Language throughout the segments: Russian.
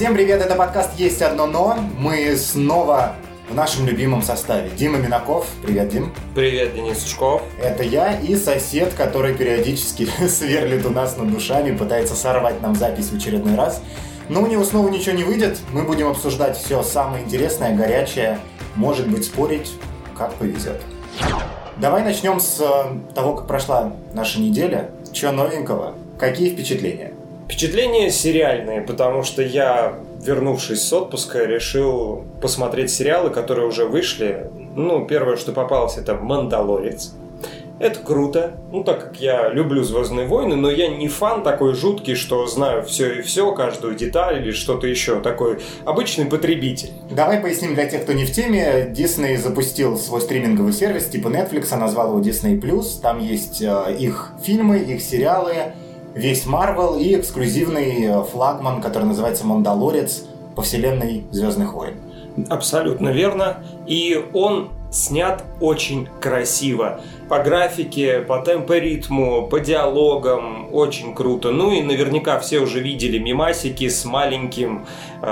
Всем привет, это подкаст «Есть одно но». Мы снова в нашем любимом составе. Дима Минаков. Привет, Дим. Привет, Денис Сушков. Это я и сосед, который периодически сверлит у нас над душами, пытается сорвать нам запись в очередной раз. Но у него снова ничего не выйдет. Мы будем обсуждать все самое интересное, горячее. Может быть, спорить, как повезет. Давай начнем с того, как прошла наша неделя. Чего новенького? Какие впечатления? Впечатления сериальные, потому что я, вернувшись с отпуска, решил посмотреть сериалы, которые уже вышли. Первое, что попалось, это «Мандалорец». Это круто, так как я люблю «Звездные войны», но я не фан такой жуткий, что знаю все и все, каждую деталь или что-то еще. Такой обычный потребитель. Давай поясним для тех, кто не в теме. Disney запустил свой стриминговый сервис типа Netflix, назвал его Disney+. Там есть их фильмы, их сериалы, весь Marvel и эксклюзивный флагман, который называется «Мандалорец» по вселенной «Звездных войн». Абсолютно верно. И он снят очень красиво. По графике, по темпоритму, по диалогам. Очень круто. И наверняка все уже видели мемасики с маленьким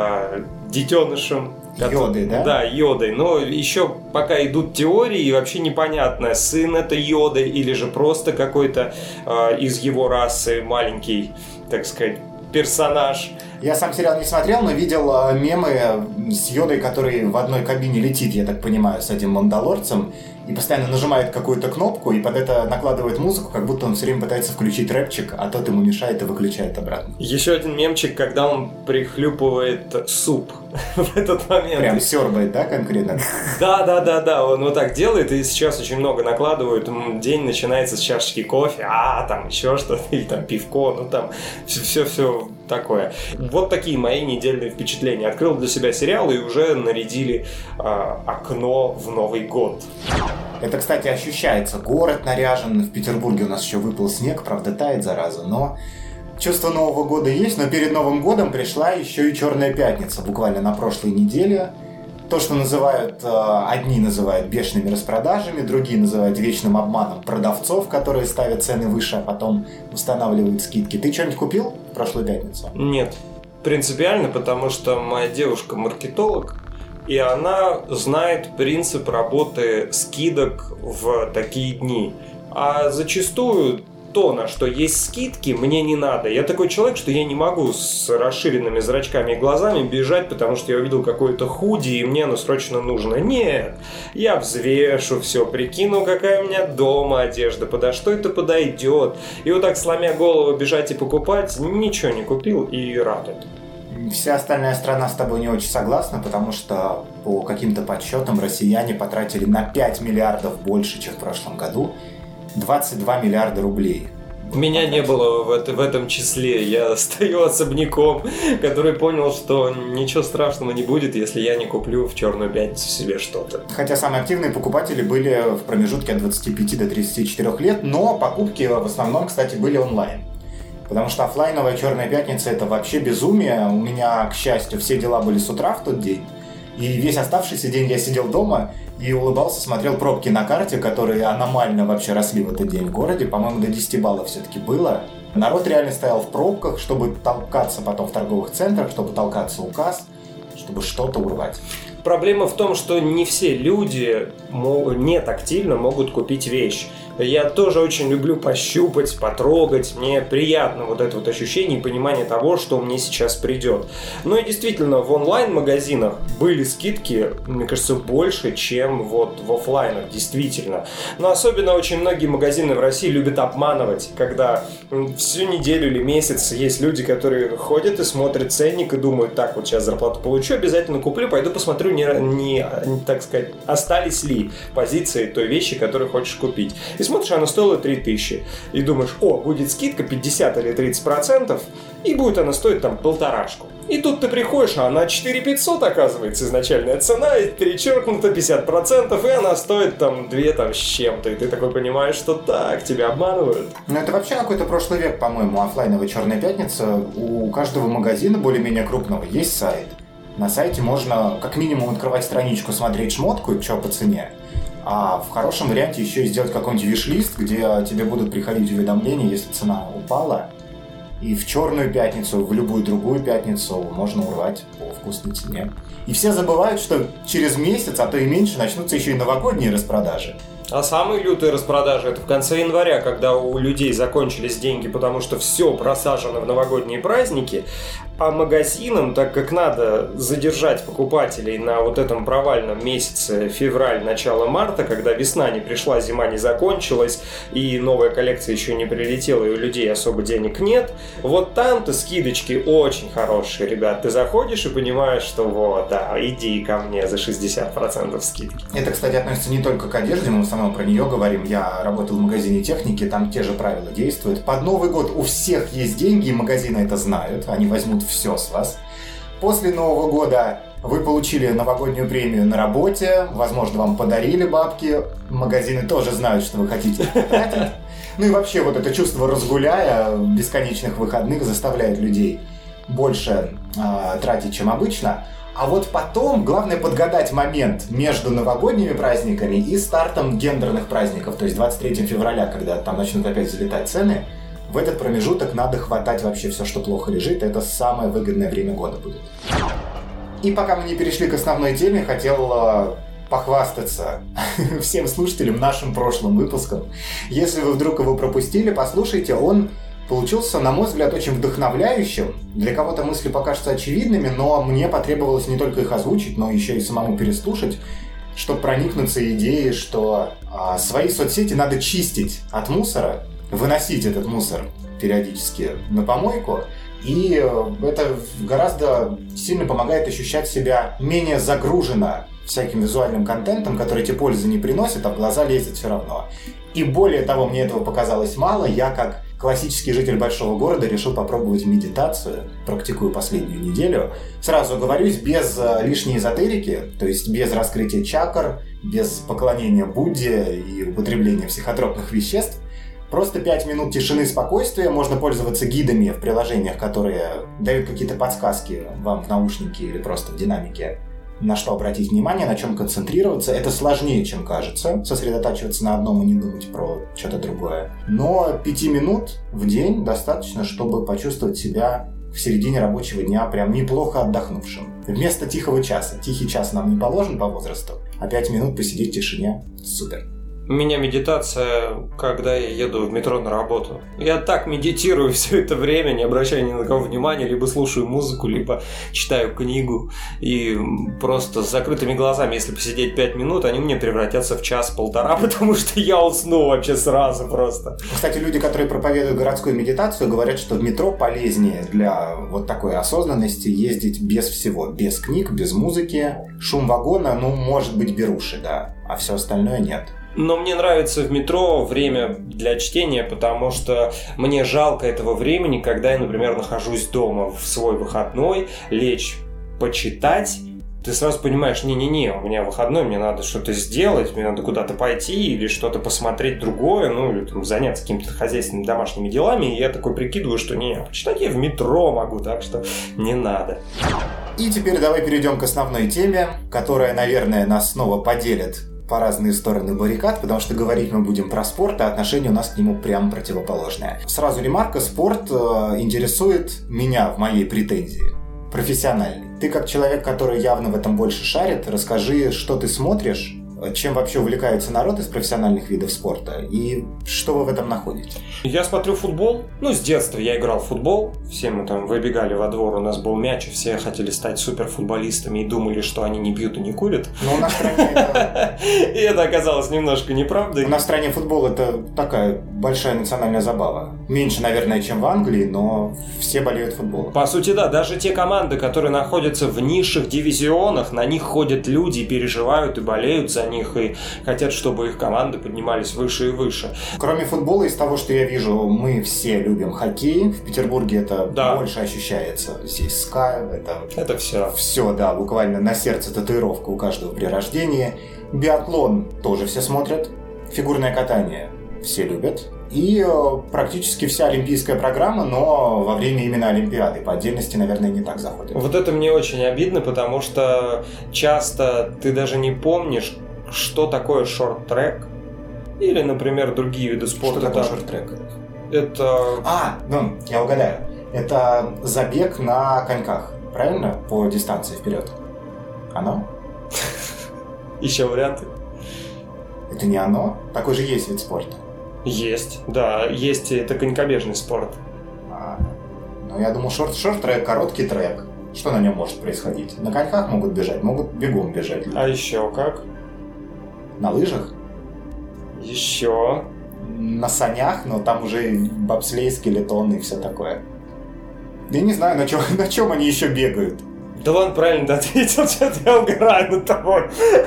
детенышем. Йодой, да? Да, Йодой. Но еще пока идут теории, и вообще непонятно, сын это Йода или же просто какой-то из его расы маленький, так сказать, персонаж. Я сам сериал не смотрел, но видел мемы с Йодой, который в одной кабине летит, я так понимаю, с этим мандалорцем, и постоянно нажимает какую-то кнопку, и под это накладывает музыку, как будто он все время пытается включить рэпчик, а тот ему мешает и выключает обратно. Еще один мемчик, когда он прихлюпывает суп в этот момент. Прям сёрбает, да, конкретно? Да, он вот так делает, и сейчас очень много накладывают. День начинается с чашечки кофе, там еще что-то, или там пивко, там все такое. Вот такие мои недельные впечатления. Открыл для себя сериал и уже нарядили окно в Новый год. Это, кстати, ощущается. Город наряжен. В Петербурге у нас еще выпал снег, правда, тает, зараза. Но чувство Нового года есть. Но перед Новым годом пришла еще и Черная пятница. Буквально на прошлой неделе. То, что одни называют бешеными распродажами, другие называют вечным обманом продавцов, которые ставят цены выше, а потом устанавливают скидки. Ты что-нибудь купил в прошлую пятницу? Нет. Принципиально, потому что моя девушка маркетолог, и она знает принцип работы скидок в такие дни. А зачастую то, на что есть скидки, мне не надо. Я такой человек, что я не могу с расширенными зрачками и глазами бежать, потому что я увидел какое-то худи, и мне оно срочно нужно. Нет, я взвешу все, прикину, какая у меня дома одежда, подо что это подойдет. И вот так, сломя голову, бежать и покупать, ничего не купил и рад этому. Вся остальная страна с тобой не очень согласна, потому что по каким-то подсчетам россияне потратили на 5 миллиардов больше, чем в прошлом году. 22 миллиарда рублей. Меня не было в этом числе. Я стою особняком, который понял, что ничего страшного не будет, если я не куплю в Черную пятницу себе что-то. Хотя самые активные покупатели были в промежутке от 25 до 34 лет, но покупки в основном, кстати, были онлайн. Потому что офлайновая Черная пятница – это вообще безумие. У меня, к счастью, все дела были с утра в тот день. И весь оставшийся день я сидел дома и улыбался, смотрел пробки на карте, которые аномально вообще росли в этот день в городе. По-моему, до 10 баллов все-таки было. Народ реально стоял в пробках, чтобы толкаться потом в торговых центрах, чтобы толкаться у касс, чтобы что-то урвать. Проблема в том, что не все люди не тактильно могут купить вещь. Я тоже очень люблю пощупать, потрогать. Мне приятно вот это вот ощущение и понимание того, что мне сейчас придет. Но и действительно, в онлайн-магазинах были скидки, мне кажется, больше, чем вот в офлайнах, действительно. Но особенно очень многие магазины в России любят обманывать, когда всю неделю или месяц есть люди, которые ходят и смотрят ценник и думают, так, вот сейчас зарплату получу, обязательно куплю, пойду посмотрю, не так сказать, остались ли позиции той вещи, которую хочешь купить. И смотришь, она стоила 3000. И думаешь, будет скидка 50 или 30%, и будет она стоить там 1500. И тут ты приходишь, а она 4500, оказывается, изначальная цена, и перечеркнуто 50%, и она стоит там 2 с чем-то. И ты такой понимаешь, что так, тебя обманывают. Это вообще какой-то прошлый век, по-моему, офлайновая Черная пятница. У каждого магазина более-менее крупного есть сайт. На сайте можно как минимум открывать страничку, смотреть шмотку, что по цене. А в хорошем варианте еще и сделать какой-нибудь виш-лист, где тебе будут приходить уведомления, если цена упала. И в черную пятницу, в любую другую пятницу можно урвать по вкусной цене. И все забывают, что через месяц, а то и меньше, начнутся еще и новогодние распродажи. А самые лютые распродажи — это в конце января, когда у людей закончились деньги, потому что все просажено в новогодние праздники, а магазинам, так как надо задержать покупателей на вот этом провальном месяце февраль, начало марта, когда весна не пришла, зима не закончилась, и новая коллекция еще не прилетела, и у людей особо денег нет, вот там-то скидочки очень хорошие, ребят. Ты заходишь и понимаешь, что вот, да, иди ко мне за 60% скидки. Это, кстати, относится не только к одежде, мы в основном про нее говорим. Я работал в магазине техники, там те же правила действуют. Под Новый год у всех есть деньги, и магазины это знают, они возьмут все с вас. После Нового года вы получили новогоднюю премию на работе, возможно, вам подарили бабки, магазины тоже знают, что вы хотите их потратить. Ну и вообще вот это чувство разгуляя бесконечных выходных заставляет людей больше тратить, чем обычно. А вот потом главное подгадать момент между новогодними праздниками и стартом гендерных праздников, то есть 23 февраля, когда там начнут опять залетать цены. В этот промежуток надо хватать вообще все, что плохо лежит. Это самое выгодное время года будет. И пока мы не перешли к основной теме, хотел похвастаться всем слушателям нашим прошлым выпуском. Если вы вдруг его пропустили, послушайте, он получился, на мой взгляд, очень вдохновляющим. Для кого-то мысли покажутся очевидными, но мне потребовалось не только их озвучить, но еще и самому переслушать, чтобы проникнуться идеей, что свои соцсети надо чистить от мусора, выносить этот мусор периодически на помойку, и это гораздо сильно помогает ощущать себя менее загруженно всяким визуальным контентом, который тебе пользы не приносит, а в глаза лезет все равно. И более того, мне этого показалось мало, я как классический житель большого города решил попробовать медитацию, практикую последнюю неделю. Сразу оговорюсь, без лишней эзотерики, то есть без раскрытия чакр, без поклонения Будде и употребления психотропных веществ. Просто 5 минут тишины и спокойствия, можно пользоваться гидами в приложениях, которые дают какие-то подсказки вам в наушнике или просто в динамике, на что обратить внимание, на чем концентрироваться. Это сложнее, чем кажется, сосредотачиваться на одном и не думать про что-то другое. Но 5 минут в день достаточно, чтобы почувствовать себя в середине рабочего дня прям неплохо отдохнувшим. Вместо тихого часа. Тихий час нам не положен по возрасту, а 5 минут посидеть в тишине – супер. У меня медитация, когда я еду в метро на работу. Я так медитирую все это время, не обращая ни на кого внимания, либо слушаю музыку, либо читаю книгу. И просто с закрытыми глазами, если посидеть 5 минут, они мне превратятся в час-полтора, потому что я усну вообще сразу просто. Кстати, люди, которые проповедуют городскую медитацию, говорят, что в метро полезнее для вот такой осознанности ездить без всего. Без книг, без музыки. Шум вагона, ну, может быть, беруши, да. А все остальное нет. Но мне нравится в метро время для чтения, потому что мне жалко этого времени, когда я, например, нахожусь дома в свой выходной, лечь почитать. Ты сразу понимаешь, не-не-не, у меня выходной, мне надо что-то сделать, мне надо куда-то пойти или что-то посмотреть другое, ну или там, заняться какими-то хозяйственными домашними делами. И я такой прикидываю, что не, почитать я в метро могу, так что не надо. И теперь давай перейдем к основной теме, которая, наверное, нас снова поделит по разные стороны баррикад, потому что говорить мы будем про спорт, а отношение у нас к нему прямо противоположное. Сразу ремарка, спорт интересует меня в моей претензии. Профессиональный. Ты как человек, который явно в этом больше шарит, расскажи, что ты смотришь, чем вообще увлекается народ из профессиональных видов спорта и что вы в этом находите? Я смотрю футбол. Ну, с детства я играл в футбол. Все мы там выбегали во двор, у нас был мяч, и все хотели стать суперфутболистами и думали, что они не пьют и не курят. Но у нас в стране это... И это оказалось немножко неправдой. У нас в стране футбол это такая большая национальная забава. Меньше, наверное, чем в Англии, но все болеют футболом. По сути, да. Даже те команды, которые находятся в низших дивизионах, на них ходят люди, переживают и болеют за них, и хотят, чтобы их команды поднимались выше и выше. Кроме футбола, из того, что я вижу, мы все любим хоккей. В Петербурге это больше ощущается. Здесь СКА, это все. Все, да, буквально на сердце татуировка у каждого при рождении. Биатлон тоже все смотрят. Фигурное катание все любят. И практически вся олимпийская программа, но во время именно Олимпиады. По отдельности, наверное, не так заходит. Вот это мне очень обидно, потому что часто ты даже не помнишь, что такое шорт-трек. Или, например, другие виды спорта. Что такое шорт-трек? Это... Я угадаю. Это забег на коньках, правильно? По дистанции вперед. Оно? Еще варианты? Это не оно? Такой же есть вид спорта. Есть, да, есть, это конькобежный спорт. Ну, я думал, шорт-трек, короткий трек. Что на нем может происходить? На коньках могут бежать, могут бегом бежать. А еще как? На лыжах? Еще. На санях, но там уже бобслей, скелетон и все такое. Я не знаю, на чем они еще бегают. Да ладно, правильно ты ответил, что-то я угораю над тобой.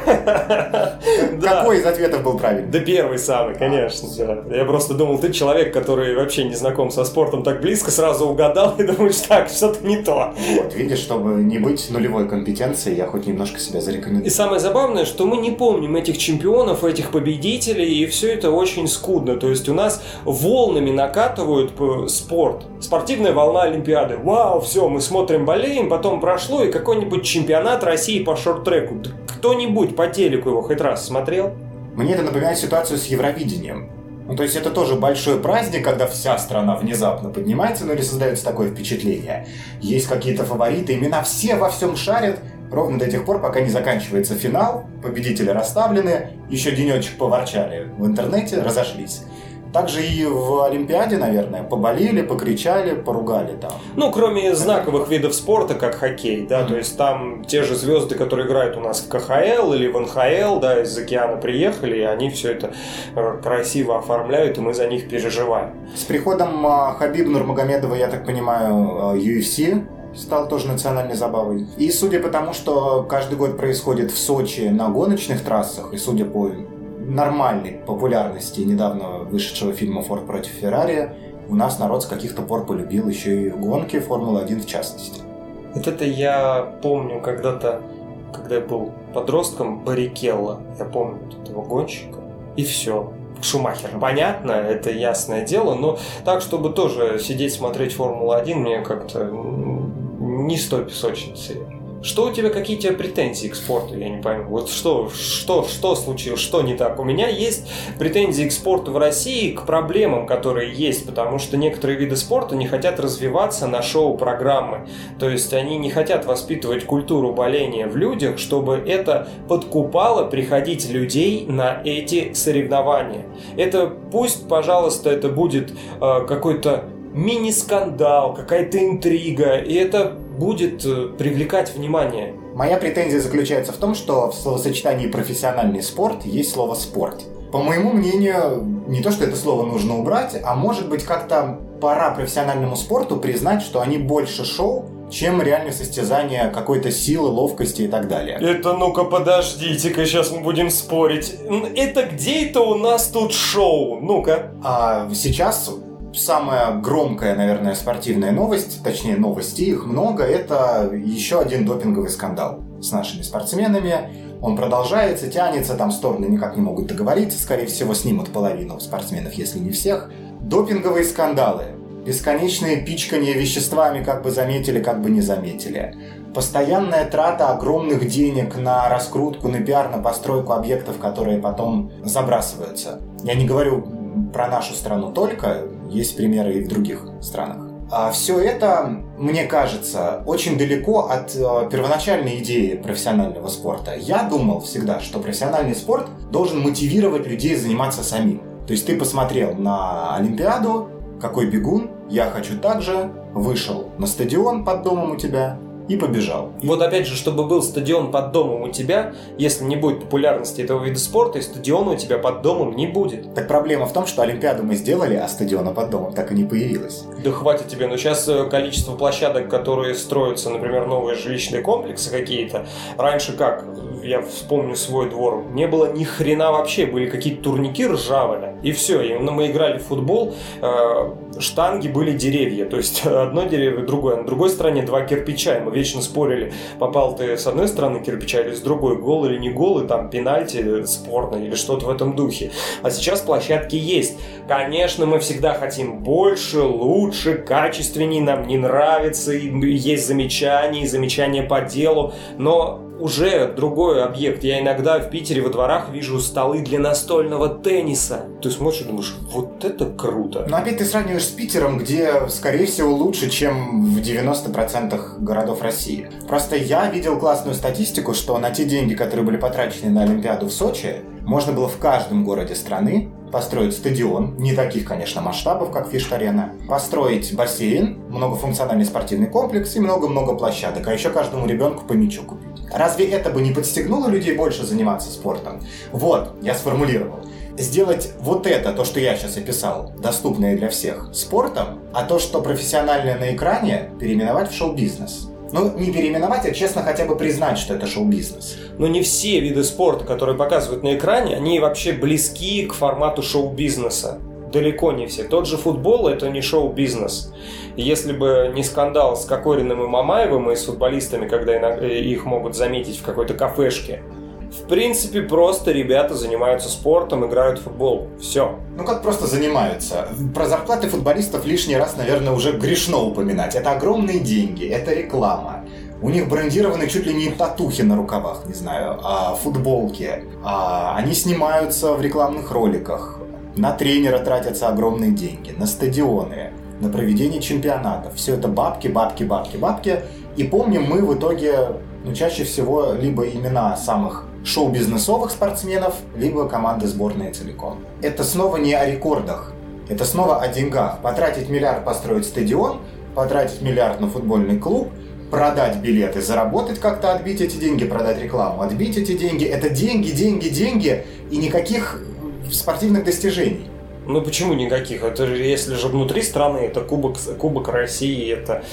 Какой из ответов был правильный? Да первый самый, конечно. Я просто думал, ты человек, который вообще не знаком со спортом так близко, сразу угадал и думаешь, так, что-то не то. Вот, видишь, чтобы не быть нулевой компетенцией, я хоть немножко себя зарекомендую. И самое забавное, что мы не помним этих чемпионов, этих победителей, и все это очень скудно. То есть у нас волнами накатывают спорт. Спортивная волна Олимпиады. Вау, все, мы смотрим, болеем, потом прошло, и какой-нибудь чемпионат России по шорт-треку. Да кто-нибудь по телеку его хоть раз смотрел? Мне это напоминает ситуацию с Евровидением. Ну, то есть это тоже большой праздник, когда вся страна внезапно поднимается, но или создается такое впечатление. Есть какие-то фавориты, имена все во всем шарят, ровно до тех пор, пока не заканчивается финал, победители расставлены, еще денечек поворчали в интернете, разошлись. Также и в Олимпиаде, наверное, поболели, покричали, поругали там. Ну, кроме знаковых видов спорта, как хоккей, да, то есть там те же звезды, которые играют у нас в КХЛ или в НХЛ, да, из океана приехали, и они все это красиво оформляют, и мы за них переживаем. С приходом Хабиба Нурмагомедова, я так понимаю, UFC стал тоже национальной забавой. И судя по тому, что каждый год происходит в Сочи на гоночных трассах, и судя по нормальной популярности недавно вышедшего фильма «Форд против Феррари», у нас народ с каких-то пор полюбил еще и гонки Формулы-1 в частности. Вот это я помню когда-то, когда я был подростком, Баррикелло, я помню вот этого гонщика, и все. Шумахер. Понятно, это ясное дело, но так, чтобы тоже сидеть смотреть Формулу-1, мне как-то не с той песочницы. Что у тебя, какие у тебя претензии к спорту, я не пойму. Вот что случилось, что не так? У меня есть претензии к спорту в России, к проблемам, которые есть, потому что некоторые виды спорта не хотят развиваться на шоу-программы. То есть они не хотят воспитывать культуру боления в людях, чтобы это подкупало приходить людей на эти соревнования. Это пусть, пожалуйста, это будет какой-то мини-скандал, какая-то интрига, и это будет привлекать внимание. Моя претензия заключается в том, что в словосочетании «профессиональный спорт» есть слово «спорт». По моему мнению, не то, что это слово нужно убрать, а может быть как-то пора профессиональному спорту признать, что они больше шоу, чем реальное состязание какой-то силы, ловкости и так далее. Это ну-ка подождите-ка, сейчас мы будем спорить. Это где это у нас тут шоу? Ну-ка. А сейчас самая громкая, наверное, спортивная новость, точнее новости, их много, это еще один допинговый скандал с нашими спортсменами. Он продолжается, тянется, там стороны никак не могут договориться, скорее всего снимут половину спортсменов, если не всех. Допинговые скандалы, бесконечные пичкания веществами, как бы заметили, как бы не заметили. Постоянная трата огромных денег на раскрутку, на пиар, на постройку объектов, которые потом забрасываются. Я не говорю про нашу страну только, есть примеры и в других странах. А все это, мне кажется, очень далеко от первоначальной идеи профессионального спорта. Я думал всегда, что профессиональный спорт должен мотивировать людей заниматься самим. То есть ты посмотрел на Олимпиаду, какой бегун, я хочу так же, вышел на стадион под домом у тебя и побежал. Вот опять же, чтобы был стадион под домом у тебя, если не будет популярности этого вида спорта, и стадиона у тебя под домом не будет. Так проблема в том, что Олимпиаду мы сделали, а стадиона под домом так и не появилось. Да хватит тебе, но сейчас количество площадок, которые строятся, например, новые жилищные комплексы какие-то, раньше как? Я вспомню свой двор, не было ни хрена вообще, были какие-то турники ржавые, и все, и мы играли в футбол, штанги были деревья, то есть одно деревья, другое, на другой стороне два кирпича, и мы вечно спорили, попал ты с одной стороны кирпича или с другой, гол или не гол, и там пенальти спорный или что-то в этом духе. А сейчас площадки есть. Конечно, мы всегда хотим больше, лучше, качественней, нам не нравится, и есть замечания, и замечания по делу, но уже другой объект. Я иногда в Питере во дворах вижу столы для настольного тенниса. Ты смотришь и думаешь, вот это круто. Но опять ты сравниваешь с Питером, где, скорее всего, лучше, чем в 90% городов России. Просто я видел классную статистику, что на те деньги, которые были потрачены на Олимпиаду в Сочи, можно было в каждом городе страны построить стадион, не таких, конечно, масштабов, как Фишт-арена, построить бассейн, многофункциональный спортивный комплекс и много-много площадок, а еще каждому ребенку по мячу купить. Разве это бы не подстегнуло людей больше заниматься спортом? Вот, я сформулировал. Сделать вот это, то, что я сейчас описал, доступное для всех, спортом, а то, что профессиональное на экране, переименовать в шоу-бизнес. Ну, не переименовать, а честно хотя бы признать, что это шоу-бизнес. Но не все виды спорта, которые показывают на экране, они вообще близки к формату шоу-бизнеса. Далеко не все. Тот же футбол – это не шоу-бизнес. Если бы не скандал с Кокориным и Мамаевым и с футболистами, когда их могут заметить в какой-то кафешке, в принципе, просто ребята занимаются спортом, играют в футбол. Все. Ну как просто занимаются? Про зарплаты футболистов лишний раз, наверное, уже грешно упоминать. Это огромные деньги, это реклама. У них брендированы чуть ли не татухи на рукавах, не знаю, футболки. Они снимаются в рекламных роликах. На тренера тратятся огромные деньги, на стадионы, на проведение чемпионатов. Все это бабки, бабки, бабки, бабки. И помним мы в итоге, чаще всего, либо имена самых шоу-бизнесовых спортсменов, либо команды сборной целиком. Это снова не о рекордах, это снова о деньгах. Потратить миллиард построить стадион, потратить миллиард на футбольный клуб, продать билеты, заработать как-то, отбить эти деньги, продать рекламу, отбить эти деньги. Это деньги, деньги, деньги и никаких спортивных достижений. Ну почему никаких? Это если же внутри страны, это Кубок России, это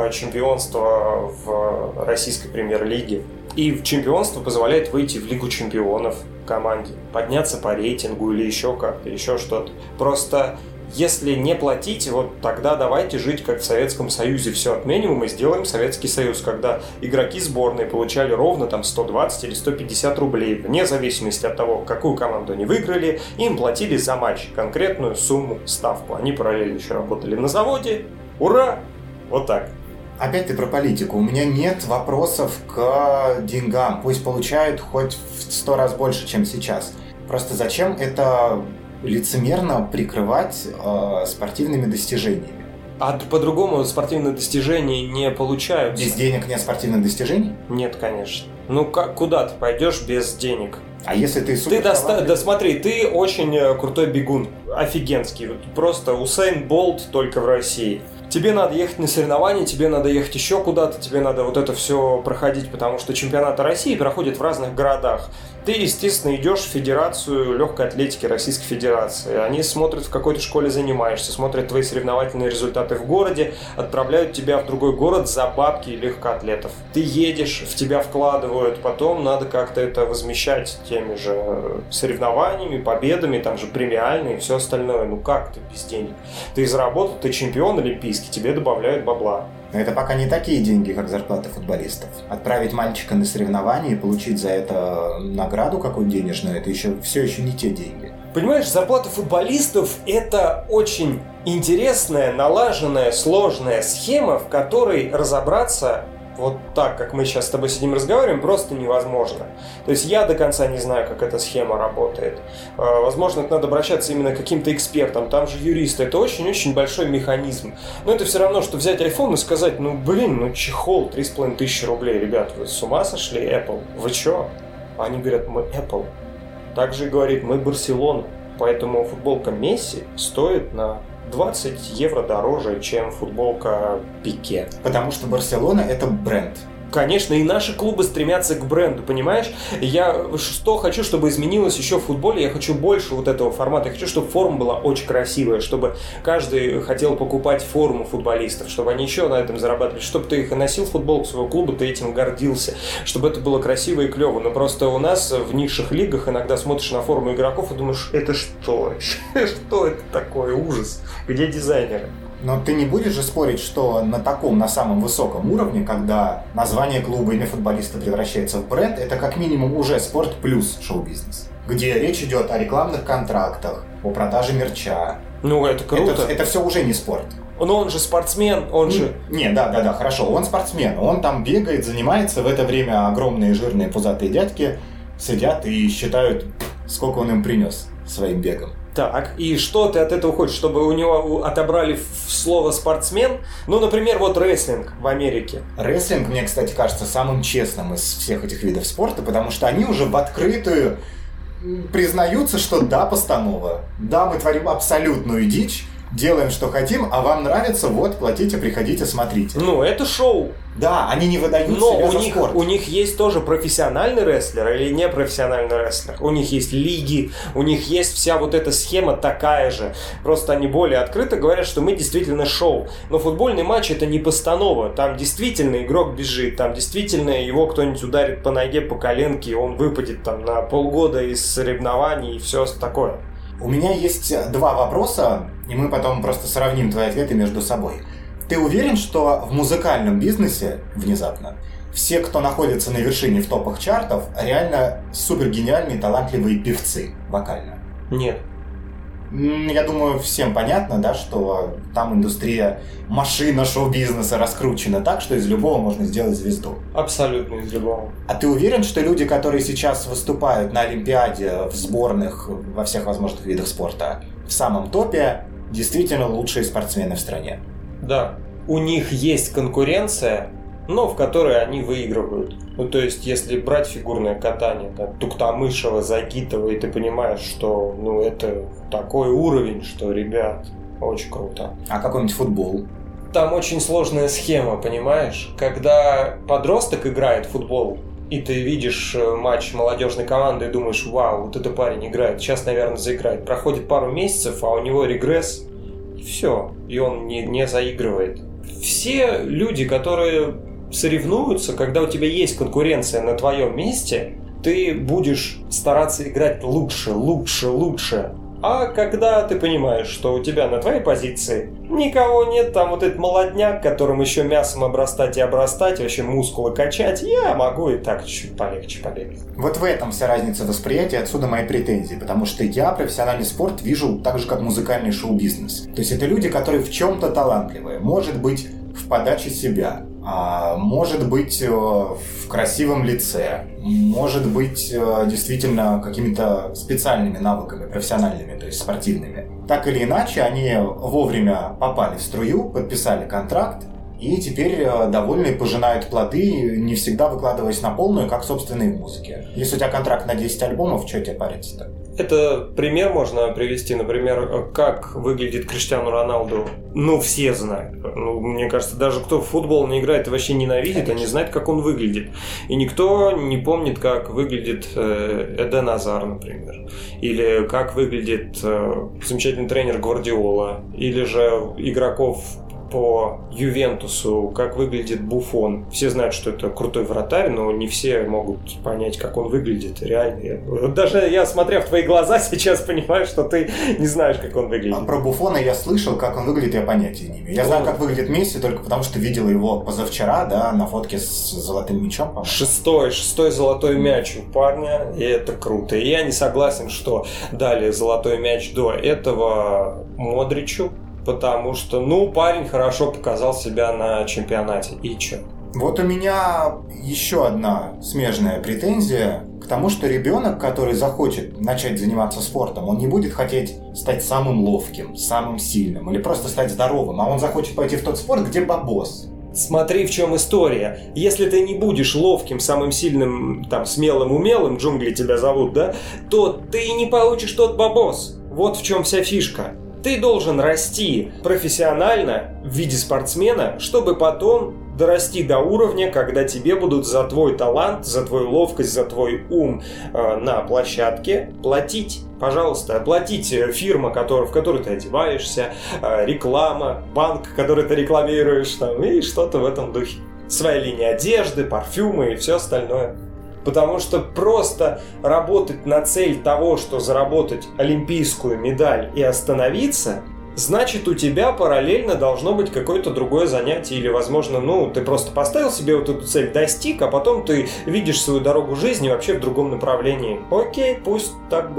чемпионство в российской премьер-лиге. И чемпионство позволяет выйти в Лигу чемпионов команде, подняться по рейтингу или еще как-то, еще что-то. Просто если не платить, вот тогда давайте жить как в Советском Союзе. Все отменим, и сделаем Советский Союз, когда игроки сборной получали ровно там 120 или 150 рублей. Вне зависимости от того, какую команду они выиграли, им платили за матч конкретную сумму, ставку. Они параллельно еще работали на заводе. Ура! Вот так. Опять ты про политику. У меня нет вопросов к деньгам. Пусть получают хоть в 100 раз больше, чем сейчас. Просто зачем это лицемерно прикрывать спортивными достижениями? А по-другому спортивные достижения не получаются. Без денег нет спортивных достижений? Нет, конечно. Ну куда ты пойдешь без денег? А если ты супер Да смотри, ты очень крутой бегун, офигенский. Просто Усейн Болт только в России. Тебе надо ехать на соревнования, тебе надо ехать еще куда-то, тебе надо вот это все проходить, потому что чемпионаты России проходят в разных городах. Ты, естественно, идешь в Федерацию легкой атлетики Российской Федерации. Они смотрят, в какой ты школе занимаешься, смотрят твои соревновательные результаты в городе, отправляют тебя в другой город за бабки легкоатлетов. Ты едешь, в тебя вкладывают, потом надо как-то это возмещать теми же соревнованиями, победами, там же премиальные и все остальное. Ну как ты без денег? Ты заработал, ты чемпион олимпийский, тебе добавляют бабла. Но это пока не такие деньги, как зарплата футболистов. Отправить мальчика на соревнования и получить за это награду какую-то денежную, это все еще не те деньги. Понимаешь, зарплата футболистов – это очень интересная, налаженная, сложная схема, в которой разобраться вот так, как мы сейчас с тобой сидим разговариваем, просто невозможно. То есть я до конца не знаю, как эта схема работает. Возможно, это надо обращаться именно к каким-то экспертам. Там же юристы. Это очень-очень большой механизм. Но это все равно, что взять iPhone и сказать, чехол 3500 рублей. Ребят, вы с ума сошли, Apple? Вы чё? Они говорят, мы Apple. Также говорит, мы Барселона. Поэтому футболка Месси стоит на 20 евро дороже, чем футболка Пике. Потому что Барселона – это бренд. Конечно, и наши клубы стремятся к бренду, понимаешь? Я что хочу, чтобы изменилось еще в футболе, я хочу больше вот этого формата. Я хочу, чтобы форма была очень красивая, чтобы каждый хотел покупать форму футболистов, чтобы они еще на этом зарабатывали, чтобы ты их носил футболку своего клуба, ты этим гордился, чтобы это было красиво и клево. Но просто у нас в низших лигах иногда смотришь на форму игроков и думаешь, это что? Что это такое? Ужас. Где дизайнеры? Но ты не будешь же спорить, что на самом высоком уровне, когда название клуба, имя футболиста превращается в бренд, это как минимум уже спорт плюс шоу-бизнес, где речь идет о рекламных контрактах, о продаже мерча. Ну, это круто. Это все уже не спорт. Но он же спортсмен, он же... Не, да, хорошо, он спортсмен. Он там бегает, занимается. В это время огромные жирные пузатые дядьки сидят и считают, сколько он им принес своим бегом. Так, и что ты от этого хочешь? Чтобы у него отобрали слово «спортсмен»? Ну, например, вот рестлинг в Америке. Рестлинг, мне, кстати, кажется самым честным из всех этих видов спорта, потому что они уже в открытую признаются, что да, постанова. Да, мы творим абсолютную дичь, делаем, что хотим, а вам нравится, вот, платите, приходите, смотрите. Ну, это шоу. Да, они не выдают себя за спорт. Но у них есть тоже профессиональный рестлер или непрофессиональный рестлер. У них есть лиги, у них есть вся вот эта схема такая же. Просто они более открыто говорят, что мы действительно шоу. Но футбольный матч — это не постанова. Там действительно игрок бежит, там действительно его кто-нибудь ударит по ноге, по коленке, и он выпадет там на полгода из соревнований и все такое. У меня есть два вопроса, и мы потом просто сравним твои ответы между собой. Ты уверен, что в музыкальном бизнесе внезапно все, кто находится на вершине в топах чартов, реально супергениальные, талантливые певцы вокально? Нет. Я думаю, всем понятно, да, что там индустрия, машина шоу-бизнеса раскручена так, что из любого можно сделать звезду. Абсолютно из любого. А ты уверен, что люди, которые сейчас выступают на Олимпиаде, в сборных, во всех возможных видах спорта, в самом топе, действительно лучшие спортсмены в стране? Да. У них есть конкуренция, но в которой они выигрывают. Ну, то есть, если брать фигурное катание, да, Туктамышева, Загитова, и ты понимаешь, что, ну, это такой уровень, что, ребят, очень круто. А какой-нибудь футбол? Там очень сложная схема, понимаешь? Когда подросток играет в футбол, и ты видишь матч молодежной команды и думаешь, вау, вот это парень играет, сейчас, наверное, заиграет. Проходит пару месяцев, а у него регресс, и все, и он не заигрывает. Все люди, которые соревнуются, когда у тебя есть конкуренция на твоем месте, ты будешь стараться играть лучше. А когда ты понимаешь, что у тебя на твоей позиции никого нет, там вот этот молодняк, которым еще мясом обрастать, вообще мускулы качать, я могу и так чуть полегче побегать. Вот в этом вся разница восприятия, отсюда мои претензии, потому что я профессиональный спорт вижу так же, как музыкальный шоу-бизнес. То есть это люди, которые в чем-то талантливые, может быть, в подаче себя, может быть, в красивом лице, может быть, действительно какими-то специальными навыками, профессиональными, то есть спортивными. Так или иначе, они вовремя попали в струю, подписали контракт, и теперь довольны пожинают плоды, не всегда выкладываясь на полную, как в собственной музыке. Если у тебя контракт на 10 альбомов, что тебе париться-то? Это пример можно привести, например, как выглядит Криштиану Роналду. Ну, все знают. Ну, мне кажется, даже кто в футбол не играет и вообще ненавидит, они знают, как он выглядит. И никто не помнит, как выглядит Эден Азар, например. Или как выглядит замечательный тренер Гвардиола. Или же игроков по Ювентусу, как выглядит Буфон. Все знают, что это крутой вратарь, но не все могут понять, как он выглядит реально. Даже я, смотря в твои глаза, сейчас понимаю, что ты не знаешь, как он выглядит. А про Буфона я слышал, как он выглядит, я понятия не имею. Я знаю, как выглядит Месси, только потому что видел его позавчера, да, на фотке с золотым мячом, по-моему. Шестой золотой мяч у парня, и это круто. И я не согласен, что дали золотой мяч до этого Модричу, потому что, ну, парень хорошо показал себя на чемпионате. И чё? Вот у меня еще одна смежная претензия к тому, что ребенок, который захочет начать заниматься спортом, он не будет хотеть стать самым ловким, самым сильным или просто стать здоровым, а он захочет пойти в тот спорт, где бабос. Смотри, в чем история. Если ты не будешь ловким, самым сильным, там, смелым, умелым, джунгли тебя зовут, да, то ты не получишь тот бабос. Вот в чем вся фишка. Ты должен расти профессионально в виде спортсмена, чтобы потом дорасти до уровня, когда тебе будут за твой талант, за твою ловкость, за твой ум на площадке платить. Пожалуйста, платить фирма, в которой ты одеваешься, реклама, банк, который ты рекламируешь, там, и что-то в этом духе. Своя линия одежды, парфюмы и все остальное. Потому что просто работать на цель того, что заработать олимпийскую медаль и остановиться, значит, у тебя параллельно должно быть какое-то другое занятие. Или, возможно, ну, ты просто поставил себе вот эту цель, достиг, а потом ты видишь свою дорогу жизни вообще в другом направлении. Окей, пусть так будет.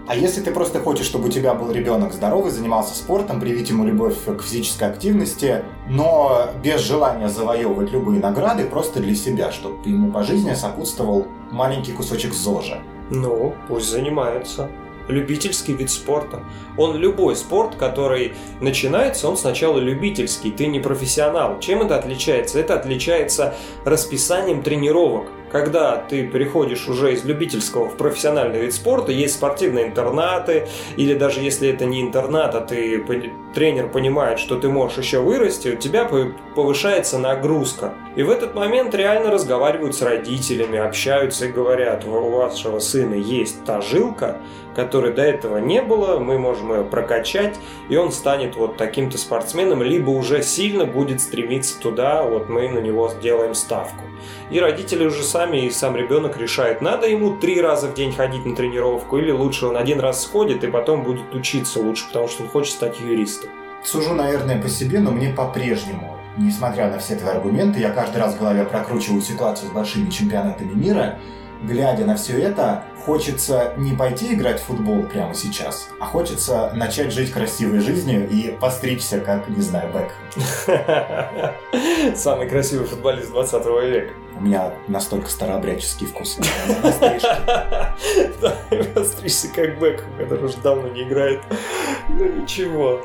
А если ты просто хочешь, чтобы у тебя был ребенок здоровый, занимался спортом, привить ему любовь к физической активности, но без желания завоевывать любые награды, просто для себя, чтобы ему по жизни сопутствовал маленький кусочек ЗОЖа. Ну, пусть занимается. Любительский вид спорта. Он любой спорт, который начинается, он сначала любительский, ты не профессионал. Чем это отличается? Это отличается расписанием тренировок. Когда ты переходишь уже из любительского в профессиональный вид спорта, есть спортивные интернаты, или даже если это не интернат, а тренер понимает, что ты можешь еще вырасти, у тебя повышается нагрузка. И в этот момент реально разговаривают с родителями, общаются и говорят: у вашего сына есть та жилка, которой до этого не было, мы можем ее прокачать, и он станет вот таким-то спортсменом, либо уже сильно будет стремиться туда, вот мы на него сделаем ставку. И родители уже сами, и сам ребенок решает, надо ему 3 раза в день ходить на тренировку, или лучше он 1 раз сходит и потом будет учиться лучше, потому что он хочет стать юристом. Сужу, наверное, по себе, но мне по-прежнему, несмотря на все твои аргументы, я каждый раз в голове прокручиваю ситуацию с большими чемпионатами мира. Глядя на все это, хочется не пойти играть в футбол прямо сейчас, а хочется начать жить красивой жизнью и постричься, как, не знаю, Бекхэм. Самый красивый футболист 20 века. У меня настолько старообрядческий вкус. Постричься, как Бекхэм, который уже давно не играет. Ну ничего.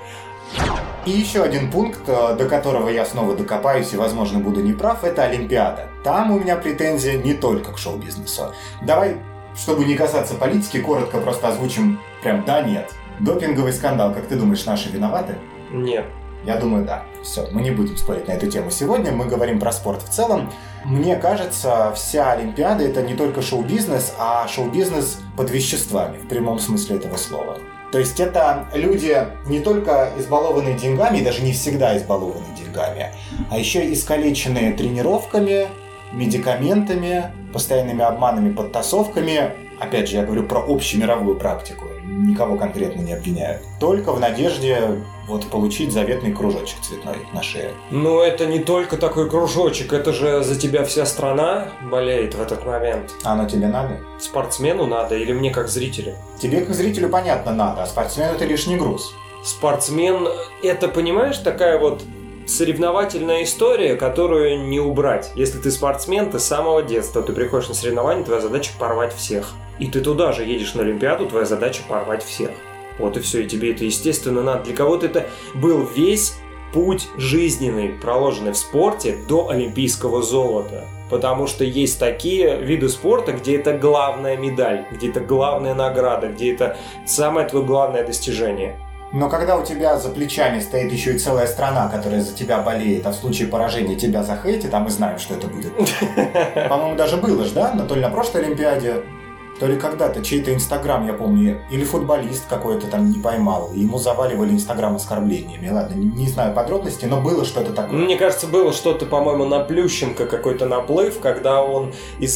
И еще один пункт, до которого я снова докопаюсь и, возможно, буду неправ, это Олимпиада. Там у меня претензии не только к шоу-бизнесу. Давай, чтобы не касаться политики, коротко просто озвучим прям да-нет. Допинговый скандал, как ты думаешь, наши виноваты? Нет. Я думаю, да. Все, мы не будем спорить на эту тему сегодня, мы говорим про спорт в целом. Мне кажется, вся Олимпиада — это не только шоу-бизнес, а шоу-бизнес под веществами, в прямом смысле этого слова. То есть это люди не только избалованные деньгами, и даже не всегда избалованные деньгами, а еще искалеченные тренировками, медикаментами, постоянными обманами, подтасовками. Опять же, я говорю про общемировую практику, никого конкретно не обвиняю. Только в надежде получить заветный кружочек цветной на шее. Ну, это не только такой кружочек, это же за тебя вся страна болеет в этот момент. А оно тебе надо? Спортсмену надо или мне как зрителю? Тебе как зрителю, понятно, надо, а спортсмену это лишний груз. Спортсмен, это, понимаешь, такая вот соревновательная история, которую не убрать. Если ты спортсмен, ты с самого детства, ты приходишь на соревнования, твоя задача порвать всех. И ты туда же едешь на Олимпиаду, твоя задача порвать всех. Вот и все, и тебе это, естественно, надо. Для кого-то это был весь путь жизненный, проложенный в спорте до олимпийского золота. Потому что есть такие виды спорта, где это главная медаль, где это главная награда, где это самое твое главное достижение. Но когда у тебя за плечами стоит еще и целая страна, которая за тебя болеет, а в случае поражения тебя захейтит, а мы знаем, что это будет. По-моему, даже было же, да? То ли на прошлой Олимпиаде, то ли когда-то чей-то инстаграм, я помню, или футболист какой-то там не поймал, и ему заваливали инстаграм оскорблениями. Ладно, не знаю подробностей, но было что-то такое. Мне кажется, было что-то, по-моему, на Плющенко какой-то наплыв, когда он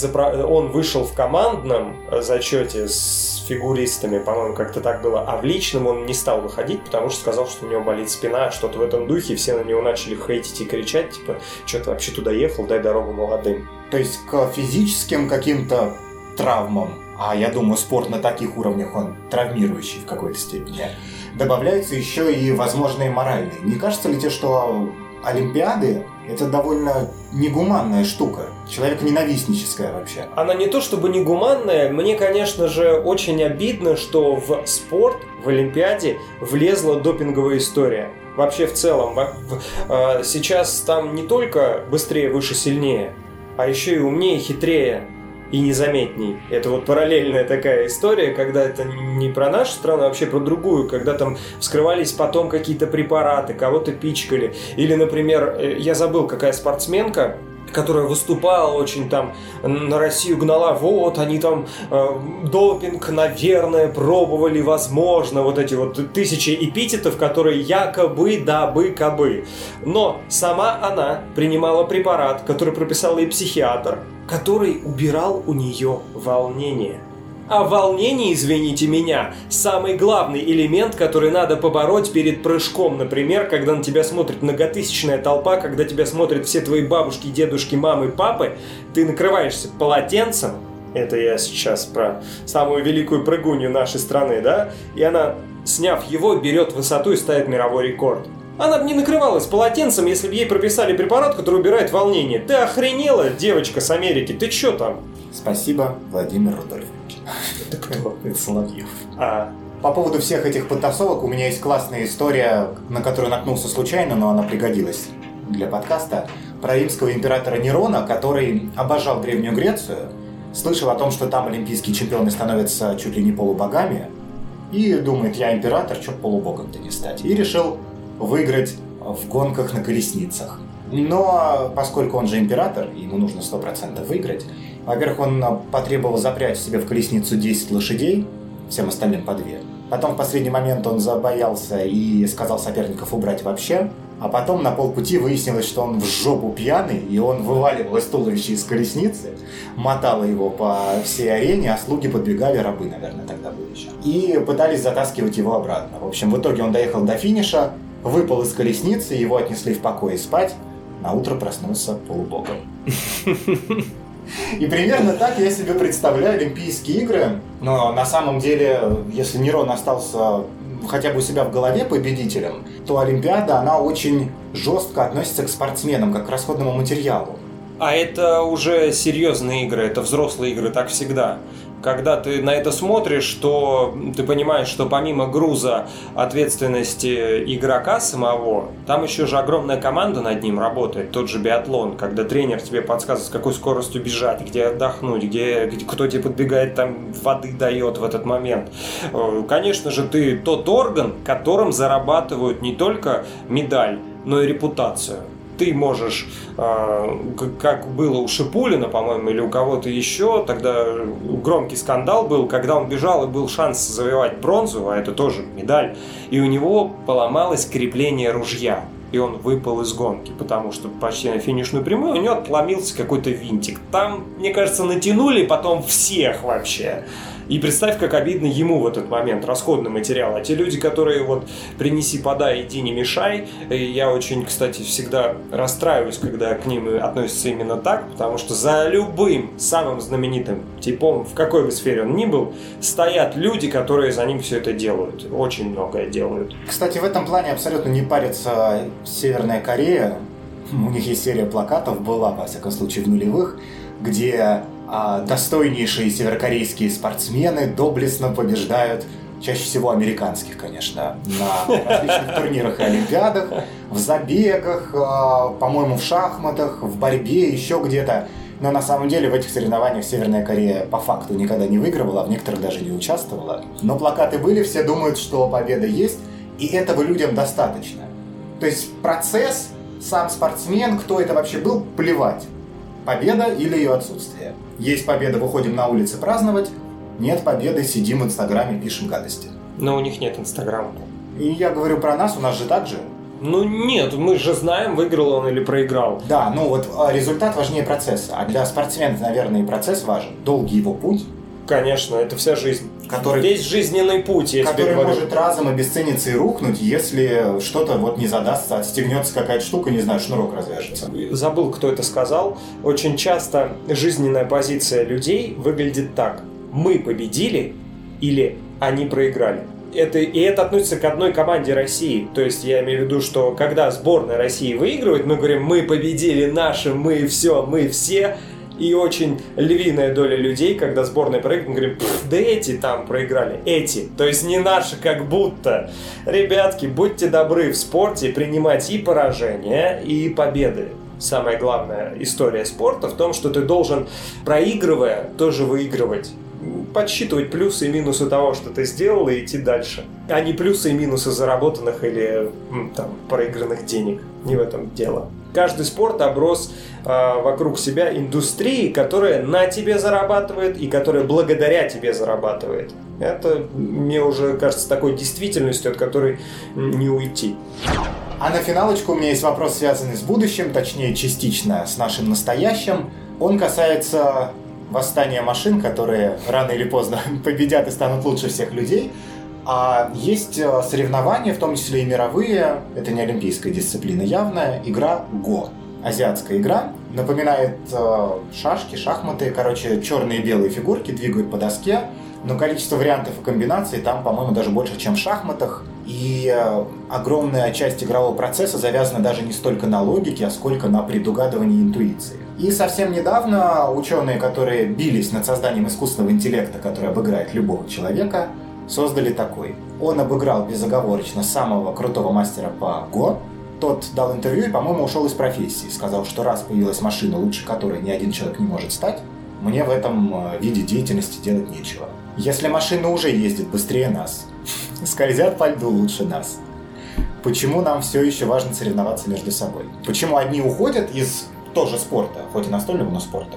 вышел в командном зачете с фигуристами, по-моему, как-то так было, а в личном он не стал выходить, потому что сказал, что у него болит спина, что-то в этом духе, и все на него начали хейтить и кричать, типа, что ты вообще туда ехал, дай дорогу молодым. То есть к физическим каким-то травмам, а я думаю, спорт на таких уровнях, он травмирующий в какой-то степени, добавляются еще и возможные моральные. Не кажется ли тебе, что Олимпиады — это довольно негуманная штука, человеконенавистническая вообще? Она не то чтобы негуманная, мне, конечно же, очень обидно, что в спорт, в Олимпиаде влезла допинговая история. Вообще в целом, сейчас там не только быстрее, выше, сильнее, а еще и умнее, хитрее и незаметней. Это вот параллельная такая история, когда это не про нашу страну, а вообще про другую, когда там вскрывались потом какие-то препараты, кого-то пичкали. Или, например, я забыл, какая спортсменка, которая выступала очень там, на Россию гнала, вот, они там допинг, наверное, пробовали, возможно, вот эти вот 1000 эпитетов, которые якобы, дабы, кабы. Но сама она принимала препарат, который прописал ей психиатр, который убирал у нее волнение. А волнение, извините меня, самый главный элемент, который надо побороть перед прыжком. Например, когда на тебя смотрит многотысячная толпа, когда тебя смотрят все твои бабушки, дедушки, мамы, папы, ты накрываешься полотенцем это я сейчас про самую великую прыгунью нашей страны, да, и она, сняв его, берет высоту и ставит мировой рекорд. Она бы не накрывалась полотенцем, если бы ей прописали препарат, который убирает волнение. Ты охренела, девочка с Америки, ты чё там? Спасибо, Владимир Рудольфович. Это кто? Это Соловьев. А. По поводу всех этих подтасовок у меня есть классная история, на которую наткнулся случайно, но она пригодилась для подкаста. Про римского императора Нерона, который обожал Древнюю Грецию, слышал о том, что там олимпийские чемпионы становятся чуть ли не полубогами, и думает, я император, чё полубогом-то не стать. И решил выиграть в гонках на колесницах. Но поскольку он же император, ему нужно 100% выиграть, во-первых, он потребовал запрячь себе в колесницу 10 лошадей, всем остальным по 2. Потом в последний момент он забоялся и сказал соперников убрать вообще. А потом на полпути выяснилось, что он в жопу пьяный, и он вываливал из туловища из колесницы, мотало его по всей арене, а слуги подбегали, рабы, наверное, тогда были еще, и пытались затаскивать его обратно. В общем, в итоге он доехал до финиша, выпал из колесницы, его отнесли в покой спать, на утро проснулся полубогом. И примерно так я себе представляю Олимпийские игры. Но на самом деле, если Нерон остался хотя бы у себя в голове победителем, то Олимпиада, она очень жестко относится к спортсменам, как к расходному материалу. А это уже серьезные игры, это взрослые игры, так всегда. Когда ты на это смотришь, то ты понимаешь, что помимо груза ответственности игрока самого, там еще же огромная команда над ним работает. Тот же биатлон, когда тренер тебе подсказывает, с какой скоростью бежать, где отдохнуть, кто тебе подбегает, там воды дает в этот момент. Конечно же, ты тот орган, которым зарабатывают не только медаль, но и репутацию. Ты можешь, как было у Шипулина, по-моему, или у кого-то еще, тогда громкий скандал был, когда он бежал и был шанс завоевать бронзу, а это тоже медаль, и у него поломалось крепление ружья, и он выпал из гонки, потому что почти на финишную прямую у него отломился какой-то винтик. Там, мне кажется, натянули потом всех вообще. И представь, как обидно ему в этот момент, расходный материал. А те люди, которые вот принеси, подай, иди, не мешай, и я очень, кстати, всегда расстраиваюсь, когда к ним относятся именно так, потому что за любым самым знаменитым типом, в какой бы сфере он ни был, стоят люди, которые за ним все это делают. Очень многое делают. Кстати, в этом плане абсолютно не парится Северная Корея. У них есть серия плакатов, была, во всяком случае, в нулевых, где достойнейшие северокорейские спортсмены доблестно побеждают, чаще всего американских, конечно, на различных турнирах и олимпиадах, в забегах, по-моему, в шахматах, в борьбе, еще где-то. Но на самом деле в этих соревнованиях Северная Корея по факту никогда не выигрывала, а в некоторых даже не участвовала. Но плакаты были, все думают, что победа есть, и этого людям достаточно. То есть процесс, сам спортсмен, кто это вообще был, плевать. Победа или ее отсутствие. Есть победа, выходим на улицы праздновать. Нет победы, сидим в Инстаграме, пишем гадости. Но у них нет Инстаграма. И я говорю про нас, у нас же так же. Ну нет, мы же знаем, выиграл он или проиграл. Да, ну вот результат важнее процесса. А для спортсменов, наверное, и процесс важен. Долгий его путь. Конечно, это вся жизнь. Весь жизненный путь, я тебе говорю. Который может разом обесцениться и рухнуть, если что-то вот не задастся, отстегнется какая-то штука, не знаю, шнурок развяжется. Забыл, кто это сказал. Очень часто жизненная позиция людей выглядит так. Мы победили или они проиграли. Это относится к одной команде России. То есть я имею в виду, что когда сборная России выигрывает, мы говорим, мы победили наши, мы все. И очень львиная доля людей, когда сборная проигрывает, мы говорим, да эти там проиграли, эти. То есть не наши как будто. Ребятки, будьте добры в спорте принимать и поражения, и победы. Самая главная история спорта в том, что ты должен, проигрывая, тоже выигрывать. Подсчитывать плюсы и минусы того, что ты сделал, и идти дальше. А не плюсы и минусы заработанных или там, проигранных денег. Не в этом дело. Каждый спорт оброс вокруг себя индустрией, которая на тебе зарабатывает и которая благодаря тебе зарабатывает. Это, мне уже кажется, такой действительностью, от которой не уйти. А на финалочку у меня есть вопрос, связанный с будущим, точнее, частично с нашим настоящим. Он касается восстания машин, которые рано или поздно победят и станут лучше всех людей. А есть соревнования, в том числе и мировые, это не олимпийская дисциплина явная, игра Го. азиатская игра. Напоминает шашки, шахматы. Короче, черные и белые фигурки двигают по доске. Но количество вариантов и комбинаций там, по-моему, даже больше, чем в шахматах. И огромная часть игрового процесса завязана даже не столько на логике, а сколько на предугадывании интуиции. И совсем недавно ученые, которые бились над созданием искусственного интеллекта, который обыграет любого человека, создали такой. Он обыграл безоговорочно самого крутого мастера по Го. Тот дал интервью и, по-моему, ушел из профессии. Сказал, что раз появилась машина, лучше которой ни один человек не может стать, мне в этом виде деятельности делать нечего. Если машина уже ездит быстрее нас, скользят по льду лучше нас, почему нам все еще важно соревноваться между собой? Почему одни уходят из тоже спорта, хоть и настольного, но спорта,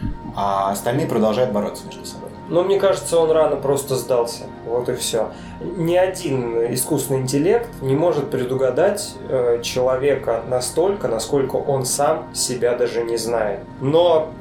а остальные продолжают бороться между собой? Но мне кажется, он рано просто сдался. Вот и все. Ни один искусственный интеллект не может предугадать человека настолько, насколько он сам себя даже не знает. Но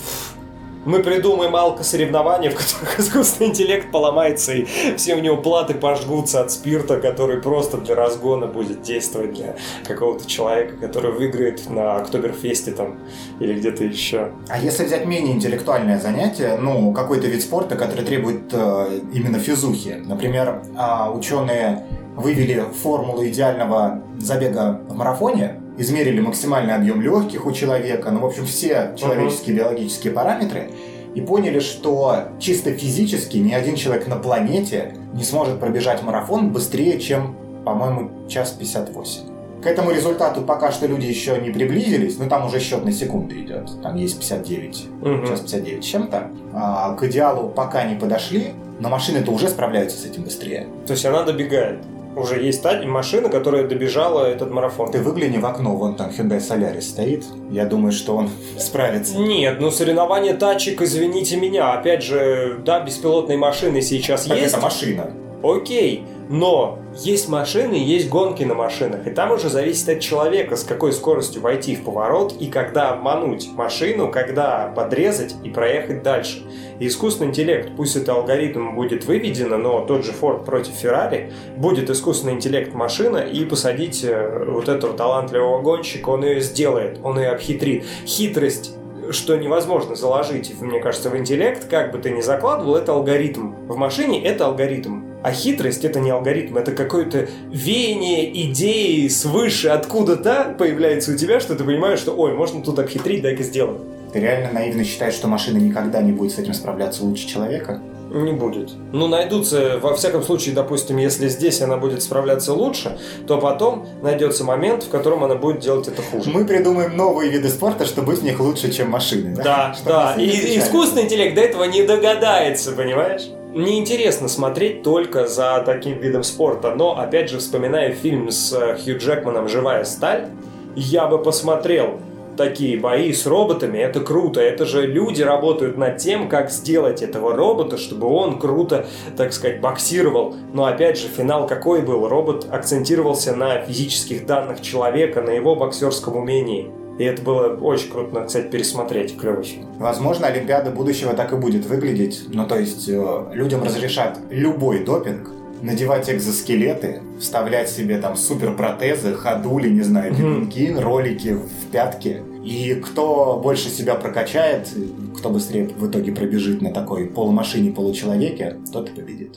мы придумаем алкосоревнования, в которых искусственный интеллект поломается, и все у него платы пожгутся от спирта, который просто для разгона будет действовать для какого-то человека, который выиграет на Октоберфесте там или где-то еще. А если взять менее интеллектуальное занятие, какой-то вид спорта, который требует именно физухи. Например, ученые вывели формулу идеального забега в марафоне, измерили максимальный объем легких у человека, в общем, все человеческие биологические параметры, и поняли, что чисто физически ни один человек на планете не сможет пробежать марафон быстрее, чем, по-моему, 1:58. К этому результату пока что люди еще не приблизились, там уже счет на секунды идет, там есть 59, час 59 с чем-то. К идеалу пока не подошли, но машины-то уже справляются с этим быстрее. То есть она добегает. Уже есть машина, которая добежала этот марафон. Ты выгляни в окно, вон там Hyundai Solaris стоит. Я думаю, что он справится. Нет, соревнования тачек, извините меня. Опять же, да, беспилотные машины сейчас так есть. Это машина. Окей, но есть машины, есть гонки на машинах. И там уже зависит от человека, с какой скоростью войти в поворот и когда обмануть машину, когда подрезать и проехать дальше. И искусственный интеллект, пусть это алгоритм будет выведено, но тот же Ford против Ferrari, будет искусственный интеллект машина, и посадить вот этого талантливого гонщика, он ее сделает, он ее обхитрит. Хитрость, что невозможно заложить, мне кажется, в интеллект, как бы ты ни закладывал, это алгоритм. В машине это алгоритм. А хитрость — это не алгоритм, это какое-то веяние идеи свыше откуда-то появляется у тебя, что ты понимаешь, что можно тут обхитрить, дай-ка сделаем. Ты реально наивно считаешь, что машина никогда не будет с этим справляться лучше человека? Не будет. Найдутся, во всяком случае, допустим, если здесь она будет справляться лучше, то потом найдется момент, в котором она будет делать это хуже. Мы придумаем новые виды спорта, чтобы быть в них лучше, чем машины. Да. И искусственный интеллект до этого не догадается, понимаешь? Мне интересно смотреть только за таким видом спорта, но, опять же, вспоминая фильм с Хью Джекманом «Живая сталь», я бы посмотрел такие бои с роботами, это круто. Это же люди работают над тем, как сделать этого робота, чтобы он круто, так сказать, боксировал. Но опять же, финал какой был? Робот акцентировался на физических данных человека, на его боксерском умении. И это было очень круто, надо, кстати, пересмотреть. Клевый фильм. Возможно, Олимпиада будущего так и будет выглядеть. То есть людям разрешат любой допинг, надевать экзоскелеты, вставлять себе там суперпротезы, ходули, не знаю, пинки, ролики в пятки. И кто больше себя прокачает, кто быстрее в итоге пробежит на такой полумашине, получеловеке, тот и победит.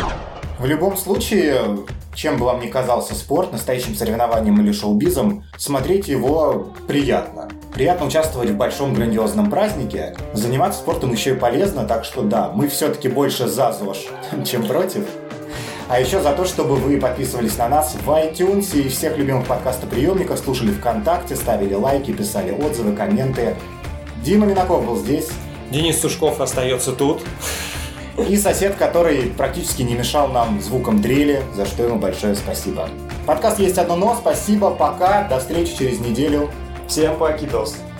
В любом случае, чем бы вам ни казался спорт, настоящим соревнованием или шоу-бизом, смотреть его приятно. Приятно участвовать в большом грандиозном празднике. Заниматься спортом еще и полезно, так что да, мы все-таки больше за ЗОЖ, чем против. А еще за то, чтобы вы подписывались на нас в iTunes и всех любимых подкастоприемниках, слушали ВКонтакте, ставили лайки, писали отзывы, комменты. Дима Минаков был здесь. Денис Сушков остается тут. И сосед, который практически не мешал нам звуком дрели, за что ему большое спасибо. Подкаст «Есть одно но». Спасибо, пока, до встречи через неделю. Всем покидос.